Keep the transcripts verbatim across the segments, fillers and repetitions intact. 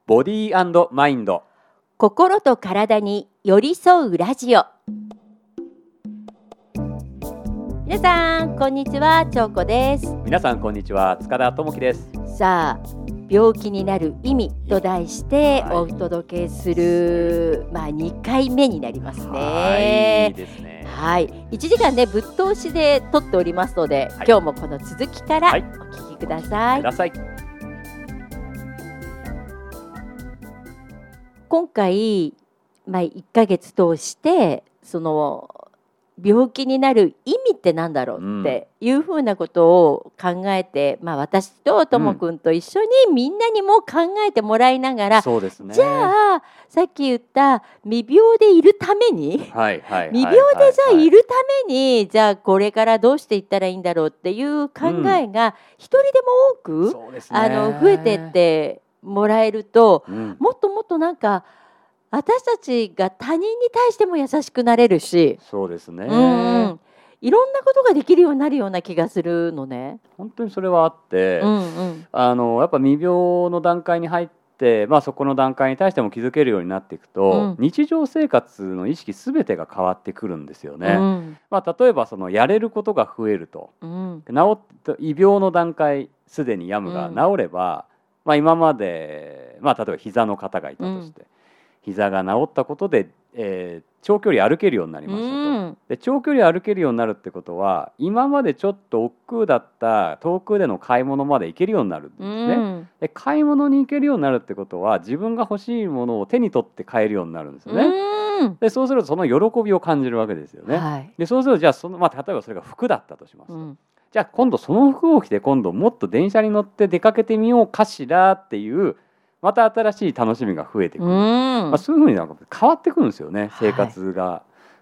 ボディーマインド、 心と体に寄り添うラジオ。皆さんこんにちは、ちょうこです。 皆さんこんにちは、塚田智樹です。 さあ、病気になる意味と題してはいお届けする、まあ、にかいめになりますね。 はい、いいですね。 はい、いちじかんねぶっ通しで撮っておりますので、はい、今日もこの続きからお聞きください。 ください。 今回、まあ、いっかげつ通してその病気になる意味ってなんだろうっていうふうなことを考えて、うん、まあ、私とともくんと一緒にみんなにも考えてもらいながら、 そうですね、 じゃあさっき言った未病でいるために、 はいはいはい、 未病でじゃあいるために、じゃあこれからどうしていったらいいんだろうっていう考えが一人でも多く、うん、あの増えてってもらえると、うん、もっともっとなんか私たちが他人に対しても優しくなれるし、 そうですね、 うん、いろんなことができるようになるような気がするのね。 本当にそれはあって、うんうん、あのやっぱ未病の段階に入って、まあ、そこの段階に対しても気づけるようになっていくと、うん、日常生活の意識すべてが変わってくるんですよね、うん、まあ、例えばそのやれることが増えると、うん、治っ異病の段階すでに病むが治れば、うん、まあ、今まで、まあ、例えば膝の方がいたとして、うん、膝が治ったことで、えー、長距離歩けるようになりましたと、うん、で長距離歩けるようになるってことは今までちょっと億劫だった遠くでの買い物まで行けるようになるんですね、うん、で買い物に行けるようになるってことは自分が欲しいものを手に取って買えるようになるんですよね、うん、でそうするとその喜びを感じるわけですよね、はい、でそうするとじゃあその、まあ、例えばそれが服だったとしますと、うん、じゃあ今度その服を着て今度もっと電車に乗って出かけてみようかしらっていうまた新しい楽しみが増えてくる、まあ、そういうふうになんか変わってくるんですよね、生活が、はい、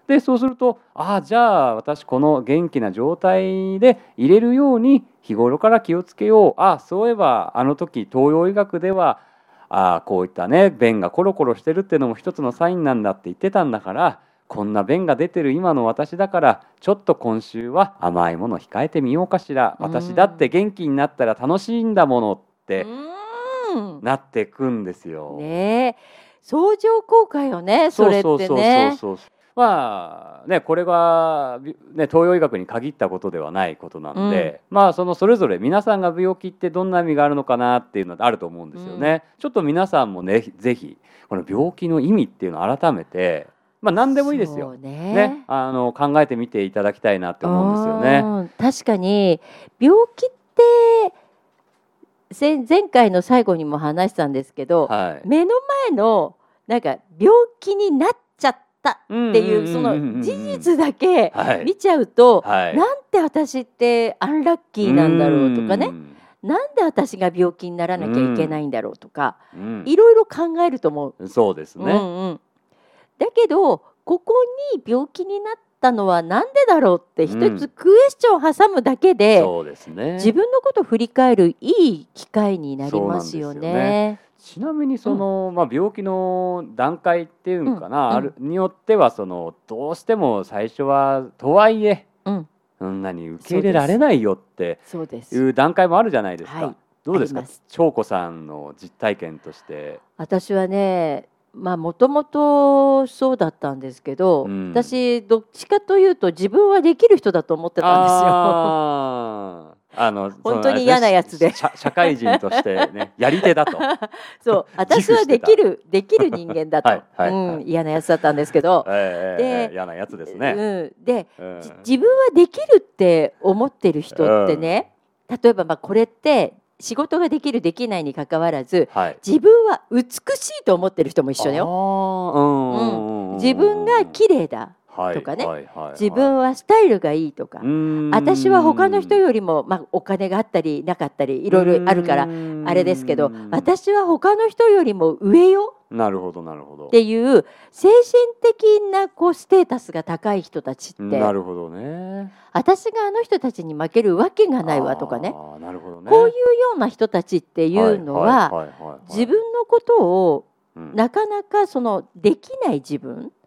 でそうするとああじゃあ私この元気な状態で入れるように日頃から気をつけよう、ああそういえばあの時東洋医学ではああこういったね便がコロコロしてるっていうのも一つのサインなんだって言ってたんだから、こんな便が出てる今の私だからちょっと今週は甘いもの控えてみようかしら、私だって元気になったら楽しいんだものってなってくんですよ、 ね、相乗効果よね、それってね。 まあね、これが、ね、東洋医学に限ったことではないことなので、うん、まあそのそれぞれ皆さんが病気ってどんな意味があるのかなっていうのがあると思うんですよね、うん、ちょっと皆さんもねぜひこの病気の意味っていうのを改めて、まあ、何でもいいですよ、ねね、あの考えてみていただきたいなって思うんですよね。 確かに病気って前, 前回の最後にも話したんですけど、はい、目の前のなんか病気になっちゃったっていうその事実だけ見ちゃうと、はい、なんて私ってアンラッキーなんだろうとかね、なんで私が病気にならなきゃいけないんだろうとか、いろいろ考えると思う。 そうですね、うんうん、 だけどここに病気になったのはなんでだろうって一つクエスチョンを挟むだけで、うん、そうですね、自分のことを振り返るいい機会になりますよね。 ちなみにその、うんまあ、病気の段階っていうのかな、うん、あるによってはそのどうしても最初はとはいえ、うん、そんなに受け入れられないよっていう段階もあるじゃないですか。はい、どうですか、長子さんの実体験として。 私はね、まあもともとそうだったんですけど、うん、私どっちかというと自分はできる人だと思ってたんですよ。ああの本当に嫌なやつで社, 社会人としてねやり手だとそう私はできるできる人間だとはいはい、はいうん、嫌なやつだったんですけど、 えー、で、えー、嫌なやつですね、 うん、で、うん、自分はできるって思ってる人ってね、うん、例えばまあこれって仕事ができるできないにかかわらず、はい、自分は美しいと思ってる人も一緒だよ、うんうん、自分が綺麗だとかね、はいはいはいはい、自分はスタイルがいいとか、私は他の人よりも、まあ、お金があったりなかったりいろいろあるからあれですけど、私は他の人よりも上よなるほどなるほどっていう精神的なこうステータスが高い人たちって、 なるほどね、 私があの人たちに負けるわけがないわとかね、 あ、なるほどね、 こういうような人たちっていうのは自分のことをなかなかそのできない自分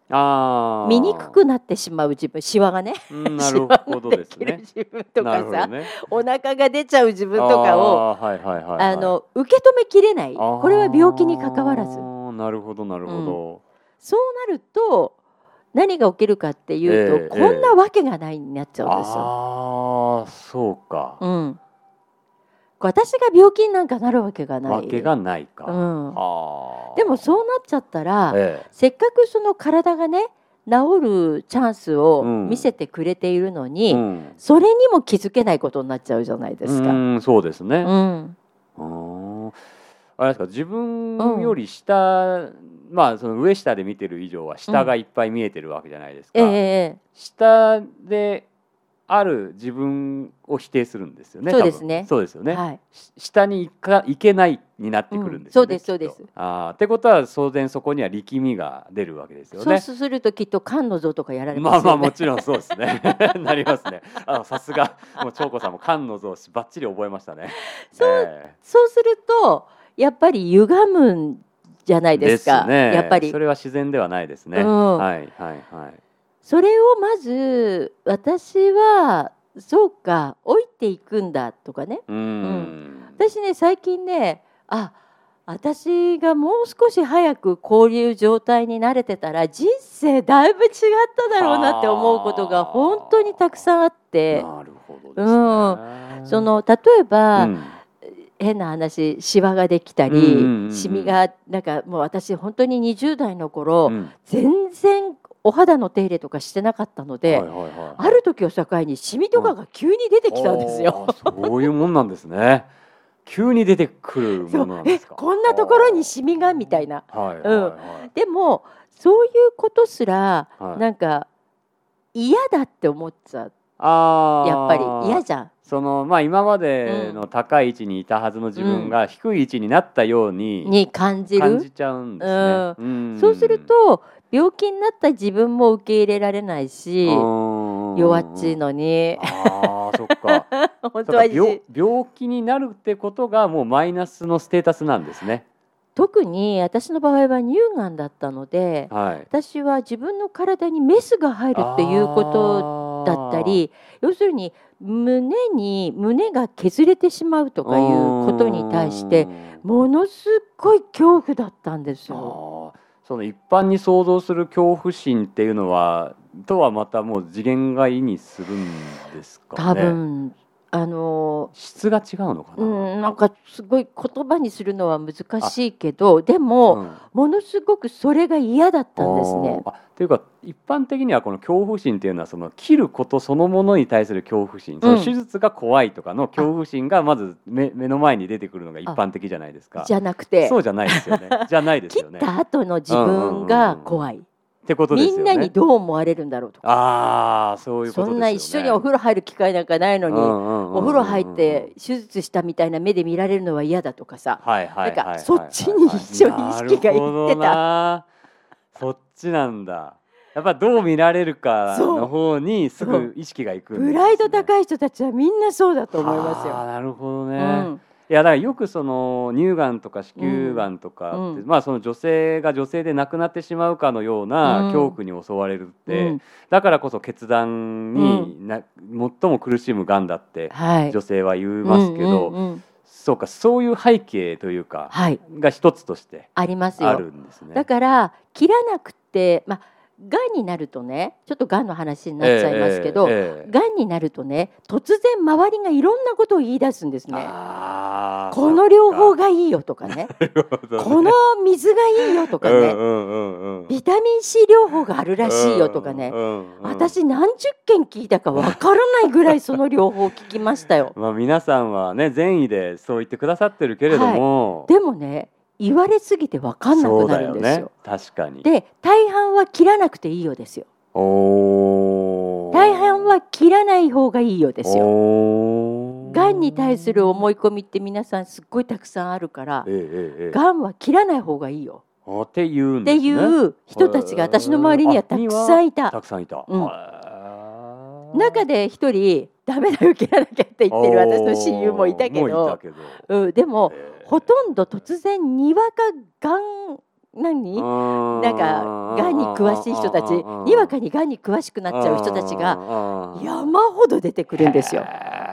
あ見にくくなってしまう自分、シワがね、 なるほどですね。 シワができる自分とかさ、 ね、 お腹が出ちゃう自分とかをあ、はいはいはいはい、 あの受け止めきれない。これは病気に関わらず。 なるほどなるほど、うん、 そうなると何が起きるかっていうと、えー、こんなわけがないになっちゃうんですよ。 ああ、そうか。 うん。私が病気になんかなるわけがない。 わけがないか。 うん、あでもそうなっちゃったら、ええ、せっかくその体がね治るチャンスを見せてくれているのに、うん、それにも気づけないことになっちゃうじゃないですか。 うん、そうですね。 うん、 ああれですか、自分より下、うん、まあその上下で見てる以上は下がいっぱい見えてるわけじゃないですか。うん、えー、下である自分を否定するんですよね。 そうですね。 そうですよね。はい、下に行か行けないになってくるんですよね。 うん、そうですそうです。 ああ、ってことは当然そこには力みが出るわけですよね。 そうするときっと菅野像とかやられますよね。 まあまあもちろんそうですね。なりますね。あ、さすがもう長子さんも菅野像バッチリ覚えましたね。 そう、えー、そうするとやっぱり歪むんじゃないですか。 ですね。 やっぱりそれは自然ではないですね。うん、はいはいはい。 それをまず私はそうか老いていくんだとかね、うん、うん、私ね最近ね、あ、私がもう少し早くこういう状態に慣れてたら人生だいぶ違っただろうなって思うことが本当にたくさんあって、 なるほどですね。 うん、その例えば、うん、変な話、シワができたり、シミがなんかもう私本当ににじゅう代の頃、うん、全然お肌の手入れとかしてなかったので、はいはいはいはい、ある時を境にシミとかが急に出てきたんですよ。 うん、そういうもんなんですね。急に出てくるものなんですか。 こんなところにシミがみたいな。でもそういうことすら、はい、なんか嫌だって思っちゃう。あ、やっぱり嫌じゃん。 そのまあ、今までの高い位置にいたはずの自分が低い位置になったように、 うん、に感じる感じちゃうんですね。うんうん、そうすると病気になった自分も受け入れられないし、弱っちいのに。 ああ、そっか。本当は病、病気になるってことがもうマイナスのステータスなんですね。 特に私の場合は乳がんだったので、はい、私は自分の体にメスが入るっていうことだったり、要するに胸に胸が削れてしまうとかいうことに対してものすごい恐怖だったんですよ。 その一般に想像する恐怖心っていうのはとはまたもう次元が意味するんですかね。 多分あの質が違うのかな。 うん、なんかすごい言葉にするのは難しいけど、でも、うん、ものすごくそれが嫌だったんですね。 あというか一般的にはこの恐怖心っていうのはその切ることそのものに対する恐怖心、うん、その手術が怖いとかの恐怖心がまず 目, 目の前に出てくるのが一般的じゃないですか。 じゃなくて、 そうじゃないですよね。じゃないですよね。 切った後の自分が怖い。うんうんうんうんってことですよね。 みんなにどう思われるんだろうとか。 ああ、そういうことですよね。 そんな一緒にお風呂入る機会なんかないのに、お風呂入って手術したみたいな目で見られるのは嫌だとかさ、なんかそっちに一緒に意識がいってた。 そっちなんだ。やっぱどう見られるかの方にすぐ意識がいくんですね。 プライド高い人たちはみんなそうだと思いますよ。 ああ、なるほどね。うんいやだからよくその乳がんとか子宮がんとかって、うん、まあその女性が女性で亡くなってしまうかのような恐怖に襲われるって、うん、だからこそ決断にな、うん、最も苦しむがんだって女性は言いますけど、そうかそういう背景というか、はい、が一つとしてありますよ。 あるんですね。 だから切らなくてまあがんになるとね、ちょっとがんの話になっちゃいますけど、えーえー、がんになるとね、突然周りがいろんなことを言い出すんですね。あこの療法がいいよとかね、この水がいいよとかね、ビタミン C 療法があるらしいよとかね、うんうんうん、私何十件聞いたかわからないぐらいその療法を聞きましたよ。 まあ皆さんはね善意でそう言ってくださってるけれども、 はい、でもね言われすぎて分かんなくなるんですよ。そうだよね、 確かに。 で大半は切らなくていいよですよ。お大半は切らない方がいいよですよ。がんに対する思い込みって皆さんすっごいたくさんあるから、ええええ、がんは切らない方がいいよっていうんですね。 っていう人たちが私の周りにはたくさんいた。 たくさんいた。 うん、中で一人ダメだよ切らなきゃって言ってる私の親友もいたけど、うん、でも、えー、ほとんど突然にわかがん何なんかがんに詳しい人たち、にわかにがんに詳しくなっちゃう人たちが山ほど出てくるんですよ。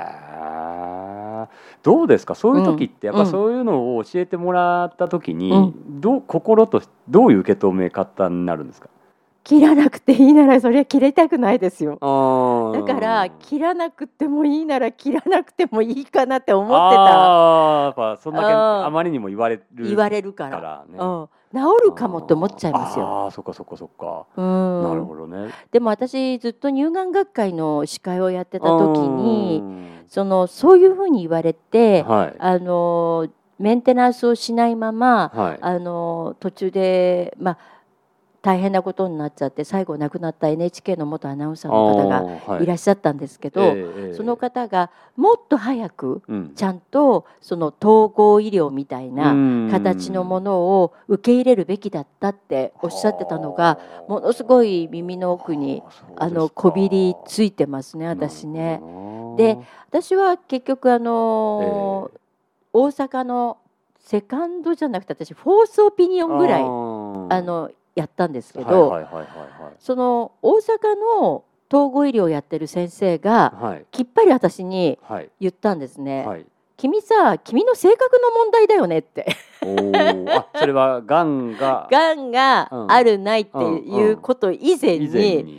どうですか、そういう時ってやっぱそういうのを教えてもらった時に、どう心とどういう受け止め方になるんですか？ 切らなくていいならそれは切れたくないですよ。だから切らなくてもいいなら切らなくてもいいかなって思ってた。 ああ、やっぱそんだけあまりにも言われる言われるから、ね、うん、治るかもって思っちゃいますよ。 ああ、そっかそっかそっか。うん、なるほどね。 でも私ずっと乳がん学会の司会をやってた時に、そのそういうふうに言われて、はい、あのメンテナンスをしないまま、はい、あの途中でまあ大変なことになっちゃって最後亡くなった エヌエイチケー の元アナウンサーの方がいらっしゃったんですけど、はいえー、その方がもっと早くちゃんとその統合医療みたいな形のものを受け入れるべきだったっておっしゃってたのがものすごい耳の奥にあのこびりついてますね、私ね。で私は結局あの、えー、大阪のセカンドじゃなくて私フォースオピニオンぐらいあのやったんですけど、その大阪の統合医療をやってる先生が、はい、きっぱり私に言ったんですね、はい、君さ君の性格の問題だよねってあ、それはがんががんがあるないっていうこと以前に、うんうん、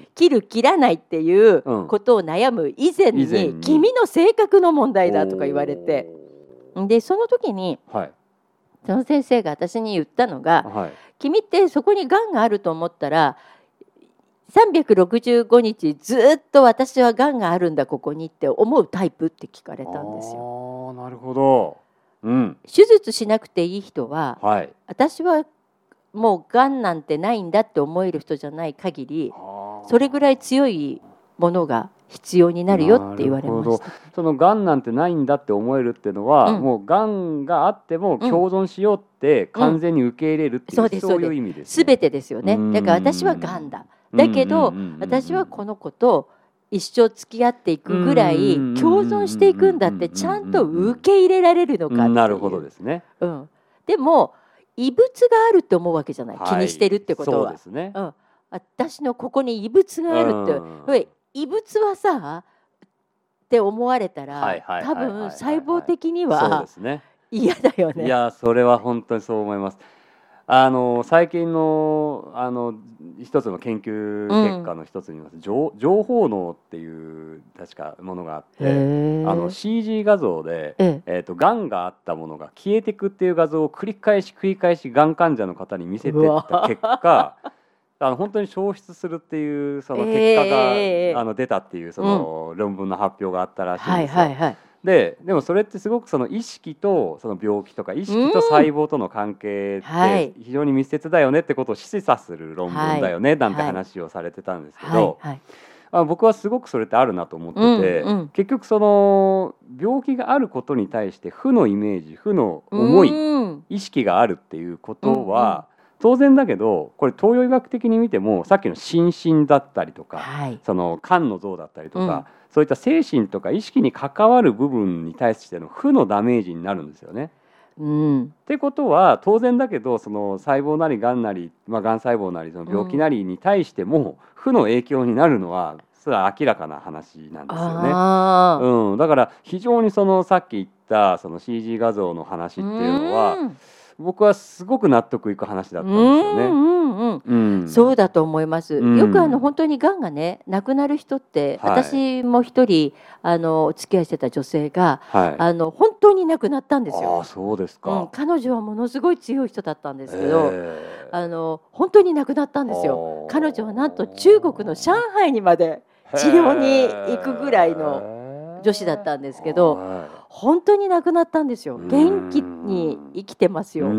切る切らないっていうことを悩む以前に、うん、君の性格の問題だとか言われて、でその時に、はい、その先生が私に言ったのが、はい、君ってそこにがんがあると思ったらさんびゃくろくじゅうごにちずっと私はがんがあるんだここにって思うタイプって聞かれたんですよ。 あ、なるほど、うん、 手術しなくていい人は、はい、私はもうがんなんてないんだって思える人じゃない限りそれぐらい強いものが必要になるよって言われました。 そのがんなんてないんだって思えるっていうのは、うん、もうがんがあっても共存しようって完全に受け入れるっていう、うん、そういう意味ですね。 全てですよね。だから私はがんだ。だけど私はこの子と一生付き合っていくぐらい共存していくんだってちゃんと受け入れられるのかっていう。 なるほどですね。 うん、でも異物があるって思うわけじゃない、はい、気にしてるってことは。そうですね。うん、私のここに異物があるって、うん、異物はさって思われたら多分細胞的には嫌だよね。 いやそれは本当にそう思います。あの最近のあの一つの研究結果の一つには、うん、情, 情報脳っていう確かものがあって、あの シージー 画像で、ええー、とがんがあったものが消えていくっていう画像を繰り返し繰り返しがん患者の方に見せていった結果あの本当に消失するっていうその結果が、えー、あの出たっていうその論文の発表があったらしいんですよ。はいはいはい、で, でもそれってすごくその意識とその病気とか意識と細胞との関係って非常に密接だよねってことを示唆する論文だよねなんて話をされてたんですけど、あ僕はすごくそれってあるなと思ってて、うんうん、結局その病気があることに対して負のイメージ負の思い、うん、意識があるっていうことは、うんうん当然だけどこれ東洋医学的に見てもさっきの心身だったりとか、はい、その肝の像だったりとか、うん、そういった精神とか意識に関わる部分に対しての負のダメージになるんですよね。うん、ってことは当然だけどその細胞なりがんなり、まあ、がん細胞なりその病気なりに対しても負の影響になるのはそれは明らかな話なんですよね。うん、だから非常にそのさっき言ったその シージー 画像の話っていうのは、うん僕はすごく納得いく話だったんですよね。うんうんうんうん、そうだと思います。うん、よくあの本当にがんがね亡くなる人って、はい、私も一人あのお付き合いしてた女性が、はい、あの本当に亡くなったんですよ。 あ、そうですか。 うん、彼女はものすごい強い人だったんですけど、あの本当に亡くなったんですよ。彼女はなんと中国の上海にまで治療に行くぐらいの女子だったんですけど、本当に亡くなったんですよ。元気に生きてますよ。うん、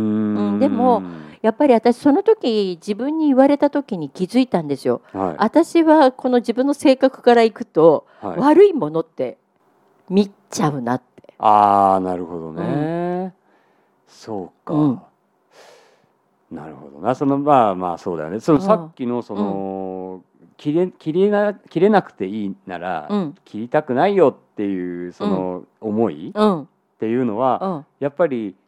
でもやっぱり私その時自分に言われた時に気づいたんですよ。はい、私はこの自分の性格からいくと、はい、悪いものって見ちゃうなって。 ああ、なるほどね。うん、そうか。うん、なるほどな。そのまあまあそうだよね。そのさっきのその、うん、切れ切れな切れなくていいなら、うん、切りたくないよっていうその思いっていうのは、うん、やっぱり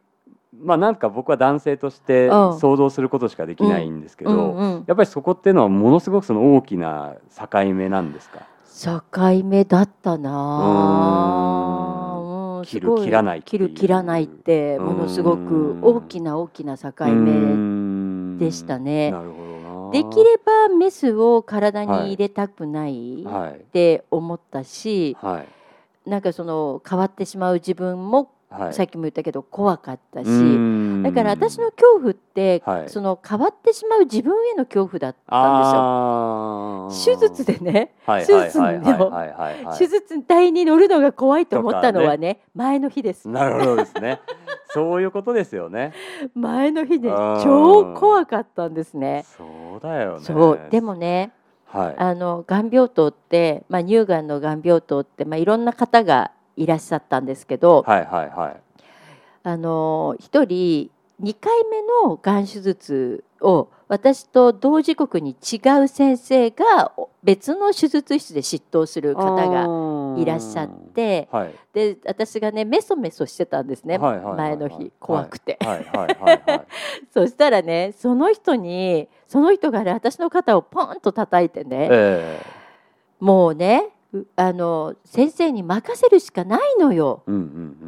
まあなんか僕は男性として想像することしかできないんですけど、うんうんうん、やっぱりそこっていうのはものすごくその大きな境目なんですか？ 境目だったな。うん、 切る切らない切る切らないってものすごく大きな大きな境目でしたね。 なるほどな。 できればメスを体に入れたくないって思ったし、はいはい、なんかその変わってしまう自分も、はい、さっきも言ったけど怖かったし、だから私の恐怖って、はい、その変わってしまう自分への恐怖だったんですよ。手術でね、手術の手術台に乗るのが怖いと思ったのは ね, ね前の日です。 なるほどですね。そういうことですよね。 前の日で超怖かったんですね。 そうだよね。 そうでもね、はい、あのがん病棟って、まあ、乳がんのがん病棟って、まあ、いろんな方がいらっしゃったんですけど、はいはいはい、あのひとりにかいめのがん手術を私と同時刻に違う先生が別の手術室で執刀する方がいらっしゃって、はい、で私がねメソメソしてたんですね、はいはいはいはい、前の日怖くて、はいはいはいはい、そしたらねその人にその人がね私の肩をポンと叩いてね、えー、もうねあの先生に任せるしかないのよ、うんうんうん、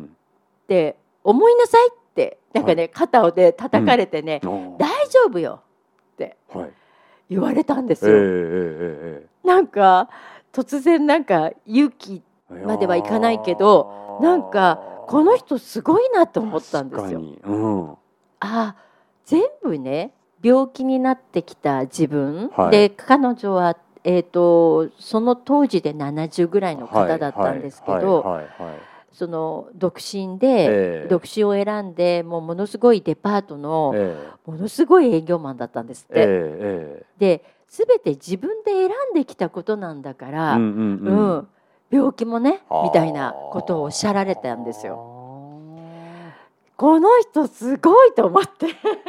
って思いなさいってなんかね、はい、肩をね叩かれてね、うん、大丈夫よって言われたんですよ、はいえーえー、なんか突然なんか勇気まではいかないけどなんかこの人すごいなと思ったんですよ、うん、あ全部ね病気になってきた自分、はい、で彼女はえーと、その当時でななじゅうぐらいの方だったんですけどその独身で、えー、独身を選んでもうものすごいデパートの、えー、ものすごい営業マンだったんですって、えーえー、で全て自分で選んできたことなんだから、うんうんうんうん、病気もねみたいなことをおっしゃられたんですよ。この人すごいと思って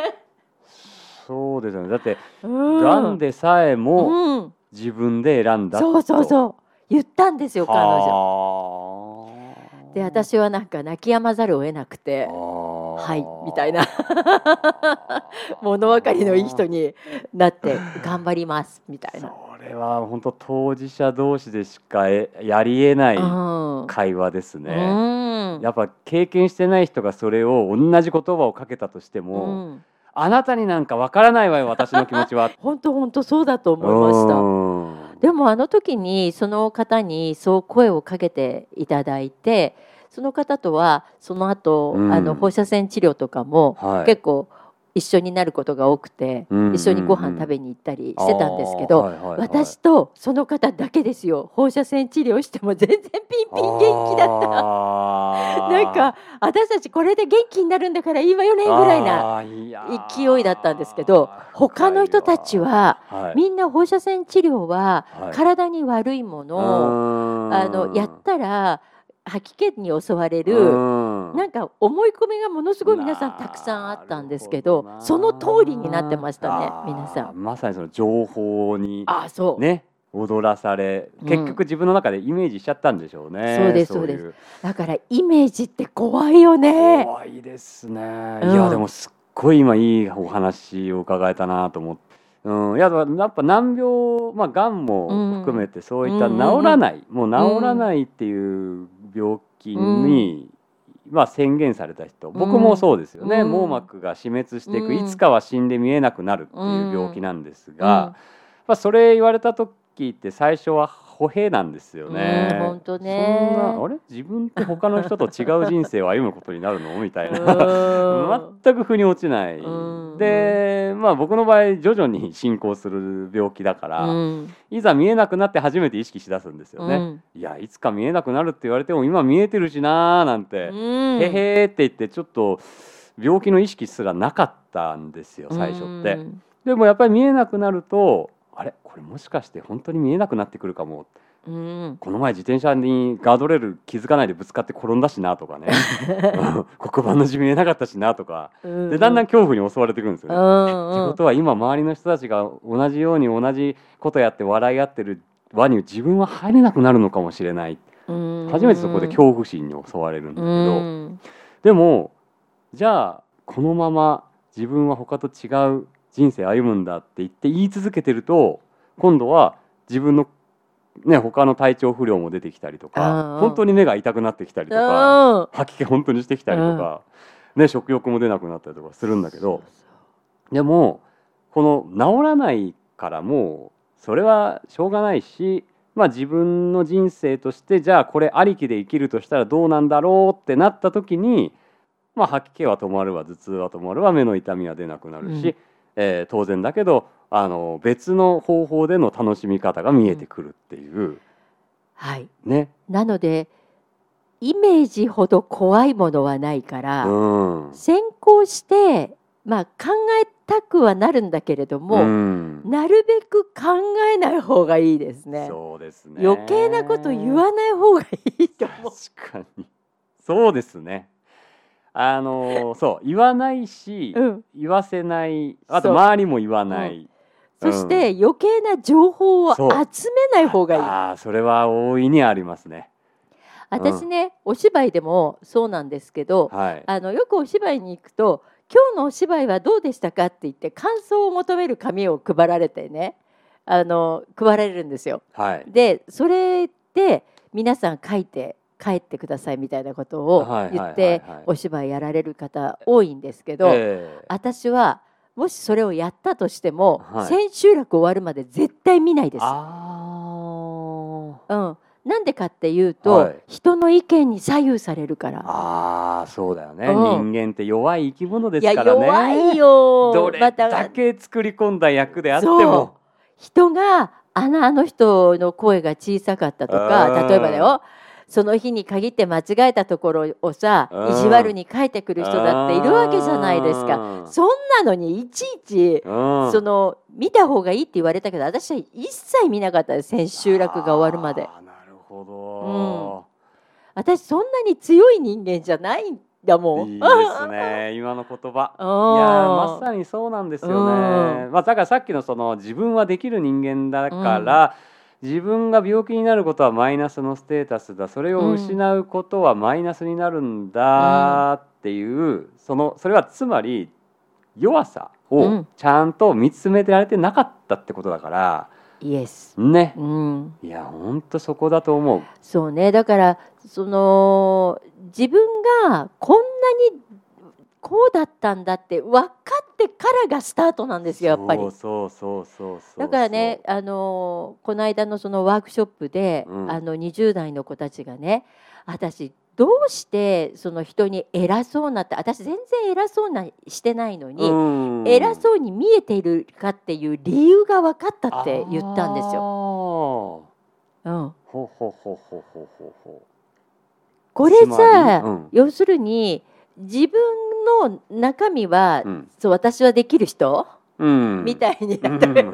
そうですよね。だってがんでさえも、うん自分で選んだそうそうそう言ったんですよ彼女で私はなんか泣き止まざるを得なくてはいみたいな物分かりのいい人になって頑張りますみたいなそれは本当当事者同士でしかやりえない会話ですね、うん、やっぱ経験してない人がそれを同じ言葉をかけたとしても、うんあなたになんかわからないわよ私の気持ちは本当本当そうだと思いましたでもあの時にその方にそう声をかけていただいてその方とはその後、うん、あの放射線治療とかも、はい、結構一緒になることが多くて、うんうんうん、一緒にご飯食べに行ったりしてたんですけど、はいはいはい、私とその方だけですよ放射線治療しても全然ピンピン元気だったなんか私たちこれで元気になるんだからいいわよねぐらいな勢いだったんですけど他の人たちは、はい、みんな放射線治療は体に悪いものを、はい、あのやったら吐き気に襲われるなんか思い込みがものすごい皆さんたくさんあったんですけどその通りになってましたね皆さんまさにその情報にね踊らされ結局自分の中でイメージしちゃったんでしょうね、 うん、そうですそうですだからイメージって怖いよね怖いですね、うん、いやでもすっごい今いいお話を伺えたなと思ってうん、いややっぱ難病、まあ、がんも含めてそういった治らない、うん、もう治らないっていう病気に、うんまあ、宣言された人僕もそうですよね、うん、網膜が死滅していく、うん、いつかは死んで見えなくなるっていう病気なんですが、うんまあ、それ言われた時って最初は歩兵なんですよね、 うん、本当ねそんなあれ自分って他の人と違う人生を歩むことになるのみたいな全く腑に落ちない、うん、で、まあ、僕の場合徐々に進行する病気だから、うん、いざ見えなくなって初めて意識しだすんですよね、うん、いやいつか見えなくなるって言われても今見えてるしなーなんて、うん、へへーって言ってちょっと病気の意識すらなかったんですよ最初って、うん、でもやっぱり見えなくなるとあれこれもしかして本当に見えなくなってくるかも、うん、この前自転車にガードレール気づかないでぶつかって転んだしなとかね黒板の字見えなかったしなとか、うんうん、でだんだん恐怖に襲われてくるんですよね、うんうん、ってことは今周りの人たちが同じように同じことやって笑い合ってる輪に自分は入れなくなるのかもしれない、うんうん、初めてそこで恐怖心に襲われるんだけど、うん、でもじゃあこのまま自分は他と違う人生歩むんだって言って言い続けてると、今度は自分のね、他の体調不良も出てきたりとか、本当に目が痛くなってきたりとか、吐き気本当にしてきたりとか、ね、食欲も出なくなったりとかするんだけど、でもこの治らないからもうそれはしょうがないし、まあ、自分の人生としてじゃあこれありきで生きるとしたらどうなんだろうってなった時に、まあ、吐き気は止まるわ、頭痛は止まるわ、目の痛みは出なくなるし、うんえー、当然だけどあの別の方法での楽しみ方が見えてくるっていう、うん、 はいね、 なのでイメージほど怖いものはないから、うん、先行して、まあ、考えたくはなるんだけれども、うん、なるべく考えない方がいいですね。 そうですね。 余計なこと言わない方がいいと思う。 確かにそうですね。あのそう言わないし、うん、言わせない、あと周りも言わない、 うん、そして余計な情報を集めない方がいい。 あ、それは大いにありますね。 私ね、うん、お芝居でもそうなんですけど、はい、あのよくお芝居に行くと今日のお芝居はどうでしたかって言って感想を求める紙を配られてね、あの配られるんですよ。はい、でそれで皆さん書いて帰ってくださいみたいなことを言ってお芝居やられる方多いんですけど、えー、私はもしそれをやったとしても、はい、千秋楽終わるまで絶対見ないです。あ、うん、なんでかっていうと、はい、人の意見に左右されるから。 ああ、そうだよね、うん、人間って弱い生き物ですからね。 いや弱いよ。 どれだけ作り込んだ役であっても、 人があの、あの人の声が小さかったとか、例えばだよ、その日に限って間違えたところをさ、意地悪に書いてくる人だっているわけじゃないですか。そんなのにいちいちその見た方がいいって言われたけど、私は一切見なかったです、千秋楽が終わるまで。 なるほど、 うん、私そんなに強い人間じゃないんだもん。 いいですね今の言葉。いやまさにそうなんですよね。まあ、だからさっきのその自分はできる人間だから、うん、自分が病気になることはマイナスのステータスだ、それを失うことはマイナスになるんだっていう、うん、そのそれはつまり弱さをちゃんと見つめてられてなかったってことだから、 イエスね、うん、いや本当そこだと思う。 そうね、だからその自分がこんなにこうだったんだって分かってからがスタートなんですよ、やっぱり。 そうそうそうそうそう。 だからね、あのこの間のそのワークショップで、うん、あのにじゅう代の子たちがね、私どうしてその人に偉そうなって、私全然偉そうなしてないのに、うん、偉そうに見えているかっていう理由が分かったって言ったんですよ。うん。ほうほうほうほうほうほうほう。 これさ、うん、要するに自分の中身は、うん、そう私はできる人、うん、みたいになって、うん、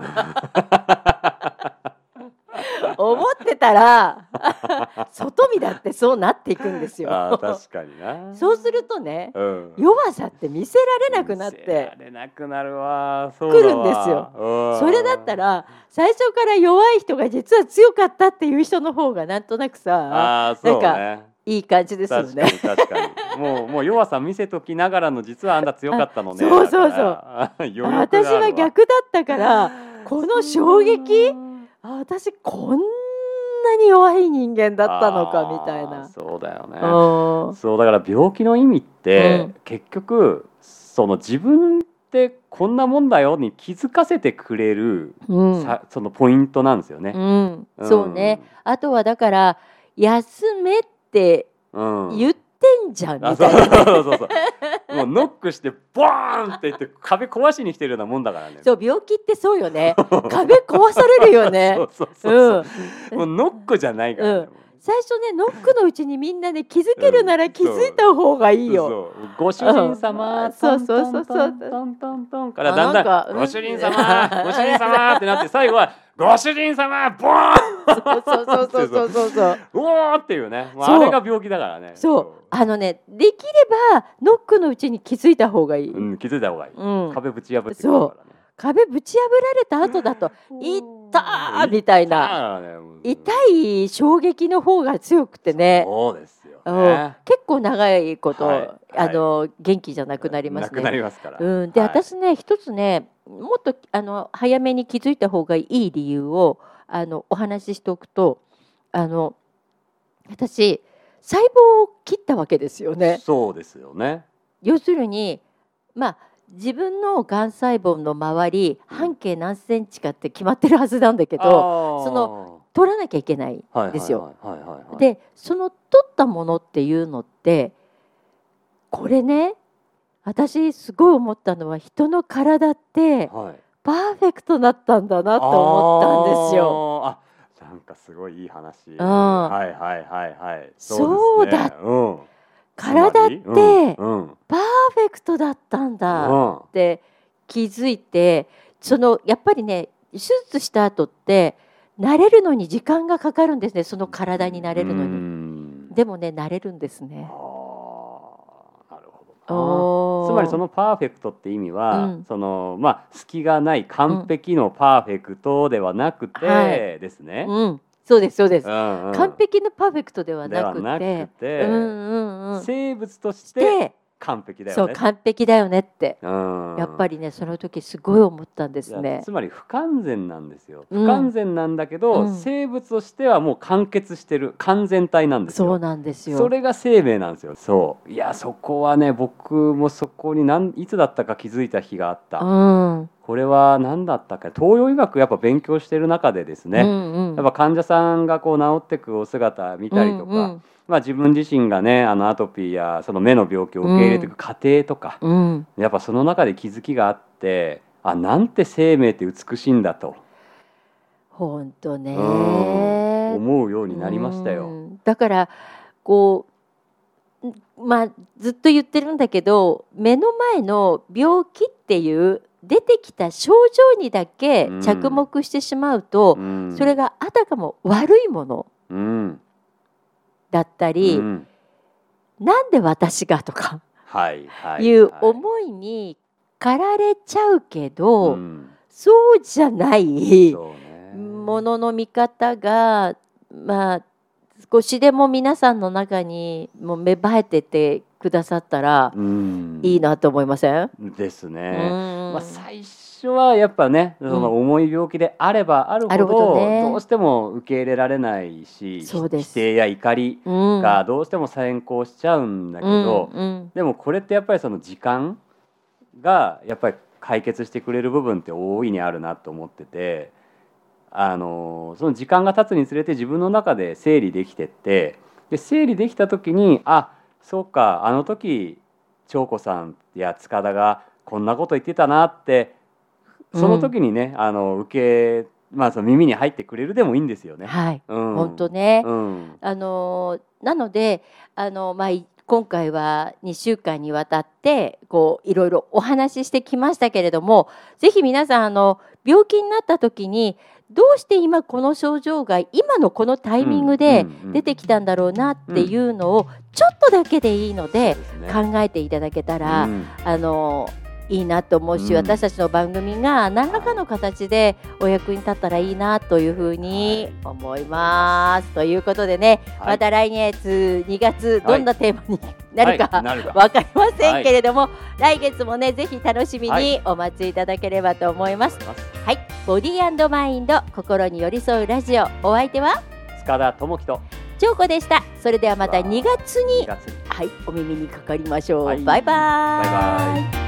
思ってたら外見だってそうなっていくんですよ。 あ、確かにな。 そうするとね、うん、弱さって見せられなくなって見せられなくなるわ。 そうだわ。来るんですよ。それだったら最初から弱い人が実は強かったっていう人の方がなんとなくさ、 あ、そうね、なんかいい感じですよね。 確かに確かに。もうもう弱さ見せときながらの実はあんた強かったのね。 そうそうそう。私は逆だったからこの衝撃、あ、私こんなに弱い人間だったのかみたいな。 そうだよね。そうだから病気の意味って、うん、結局その自分ってこんなもんだよに気づかせてくれる、うん、さそのポイントなんですよね。 うんうん、そうね。あとはだから休めって言ってんじゃんみたいな、ね、そうそうそうもうノックしてボーンって言って壁壊しに来てるようなもんだからね。 そう病気ってそうよね。壁壊されるよね。そうそうそうそう、 うん、もうノックじゃないからね、うん、 最初ねノックのうちにみんなね気づけるなら気づいた方がいいよ。うん、そうそうご主人様、うん、そうそうそうそうトントントンからだんだんご主人様ご主人様ってなって最後はご主人様ボーンそうそうそうそうそうそうそううおーっていうね、あれが病気だからね。 そうあのねできればノックのうちに気づいた方がいい、 うん、気づいた方がいい、うん、壁ぶち破ってくるからね。 そう壁ぶち破られた後だといったーみたいな痛い衝撃の方が強くてね。 そうですよ。 ね、 結構長いこと、はい、あの、はい、元気じゃなくなりますね。 なくなりますから。 うん、で、 はい、 私ね一つねもっとあの早めに気づいた方がいい理由をあのお話ししておくと、あの私細胞を切ったわけですよね。 そうですよね。 要するにまあ自分のがん細胞の周り半径何センチかって決まってるはずなんだけど、その取らなきゃいけないんですよ。でその取ったものっていうのってこれね私すごい思ったのは人の体ってパーフェクトだったんだなと思ったんですよ。 ああなんかすごいいい話。はいはいはいはい。 そうだ、うん、体ってパーフェクトだったんだって気づいて、そのやっぱりね手術した後って慣れるのに時間がかかるんですね。その体に慣れるのに。でもね慣れるんですね。 つまりそのパーフェクトって意味は、うん、そのまあ隙がない完璧のパーフェクトではなくて、うん、ですね、 うん、そうですそうです、うんうん、完璧のパーフェクトではなくて、 うんうんうん、生物として完璧だよね。 そう完璧だよねって、うん、やっぱりねその時すごい思ったんですね。 つまり不完全なんですよ。不完全なんだけど、うん、生物としてはもう完結してる完全体なんですよ。 そうなんですよ。 それが生命なんですよ。そういやそこはね僕もそこに何いつだったか気づいた日があった。うん、これは何だったか東洋医学やっぱ勉強してる中でですね、うんうん、やっぱ患者さんがこう治ってくお姿見たりとか、うんうんまあ、自分自身がねあのアトピーやその目の病気を受け入れていく過程とか、うん、やっぱその中で気づきがあってあなんて生命って美しいんだと本当ね、 うん、思うようになりましたよ。 うん、だからこうまあずっと言ってるんだけど目の前の病気っていう出てきた症状にだけ着目してしまうと、うん、それがあたかも悪いもの、うんだったり、うん、なんで私がとかいう思いに駆られちゃうけど、うん、そうじゃないものの見方がまあ少しでも皆さんの中にも芽生えててくださったらいいなと思いません？ ですね。まあ、最初はやっぱねその重い病気であればあるほど、うんどね、どうしても受け入れられないし否定や怒りがどうしても先行しちゃうんだけど、うんうん、でもこれってやっぱりその時間がやっぱり解決してくれる部分って大いにあるなと思ってて。あのその時間が経つにつれて自分の中で整理できてってで整理できた時にあそうかあの時長子さんや塚田がこんなこと言ってたなってその時にね、うん、あの受け、まあ、その耳に入ってくれるでもいいんですよね。 はい、うん、本当ね、うん、あのなのであの、まあ、今回はにしゅうかんにわたってこういろいろお話ししてきましたけれどもぜひ皆さんあの病気になった時にどうして今この症状が今のこのタイミングで出てきたんだろうなっていうのをちょっとだけでいいので考えていただけたら、あのいいなと思うし、私たちの番組が何らかの形でお役に立ったらいいなというふうに思います。ということでね、また来月にがつどんなテーマになるか分かりませんけれども、来月もねぜひ楽しみにお待ちいただければと思います。はい、ボディ&マインド心に寄り添うラジオ、お相手は塚田智樹と長子でした。それではまたにがつにはいお耳にかかりましょう。バイバイ。